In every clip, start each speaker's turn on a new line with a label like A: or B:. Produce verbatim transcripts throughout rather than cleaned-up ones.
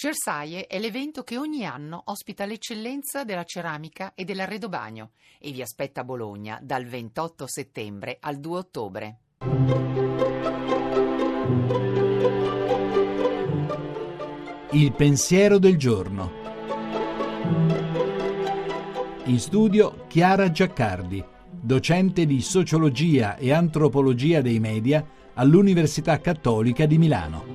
A: Cersaie è l'evento che ogni anno ospita l'eccellenza della ceramica e dell'arredobagno e vi aspetta a Bologna dal ventotto settembre al due ottobre.
B: Il pensiero del giorno. In studio Chiara Giaccardi, docente di sociologia e antropologia dei media all'Università Cattolica di Milano.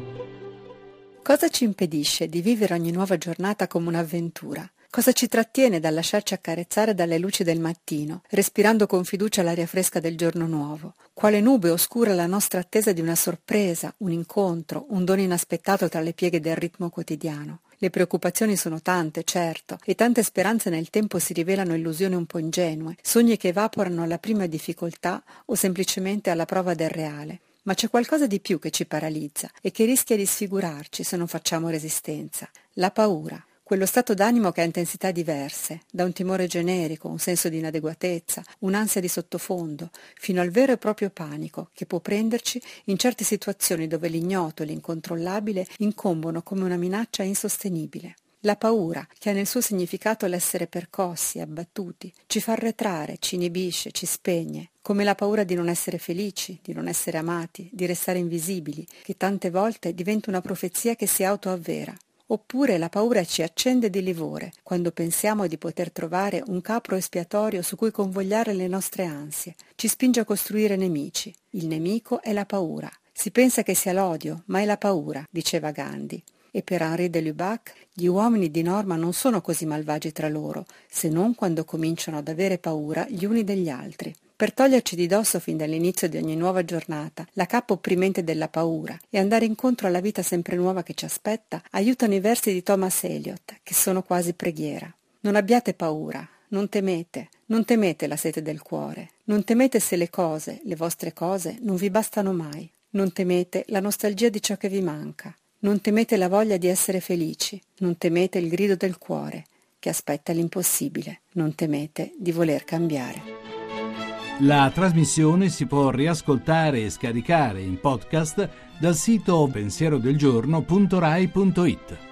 C: Cosa ci impedisce di vivere ogni nuova giornata come un'avventura? Cosa ci trattiene dal lasciarci accarezzare dalle luci del mattino, respirando con fiducia l'aria fresca del giorno nuovo? Quale nube oscura la nostra attesa di una sorpresa, un incontro, un dono inaspettato tra le pieghe del ritmo quotidiano? Le preoccupazioni sono tante, certo, e tante speranze nel tempo si rivelano illusioni un po' ingenue, sogni che evaporano alla prima difficoltà o semplicemente alla prova del reale. Ma c'è qualcosa di più che ci paralizza e che rischia di sfigurarci se non facciamo resistenza. La paura. Quello stato d'animo che ha intensità diverse, da un timore generico, un senso di inadeguatezza, un'ansia di sottofondo, fino al vero e proprio panico che può prenderci in certe situazioni dove l'ignoto e l'incontrollabile incombono come una minaccia insostenibile. La paura, che ha nel suo significato l'essere percossi, abbattuti, ci fa arretrare, ci inibisce, ci spegne, come la paura di non essere felici, di non essere amati, di restare invisibili, che tante volte diventa una profezia che si autoavvera. Oppure la paura ci accende di livore, quando pensiamo di poter trovare un capro espiatorio su cui convogliare le nostre ansie. Ci spinge a costruire nemici. Il nemico è la paura. Si pensa che sia l'odio, ma è la paura, diceva Gandhi. E per Henri de Lubac gli uomini di norma non sono così malvagi tra loro, se non quando cominciano ad avere paura gli uni degli altri. Per toglierci di dosso fin dall'inizio di ogni nuova giornata la cappa opprimente della paura e andare incontro alla vita sempre nuova che ci aspetta, aiutano i versi di Thomas Eliot, che sono quasi preghiera. Non abbiate paura, non temete, non temete la sete del cuore, non temete se le cose, le vostre cose, non vi bastano mai, non temete la nostalgia di ciò che vi manca. Non temete la voglia di essere felici, non temete il grido del cuore che aspetta l'impossibile, non temete di voler cambiare.
B: La trasmissione si può riascoltare e scaricare in podcast dal sito pensierodelgiorno punto rai punto it.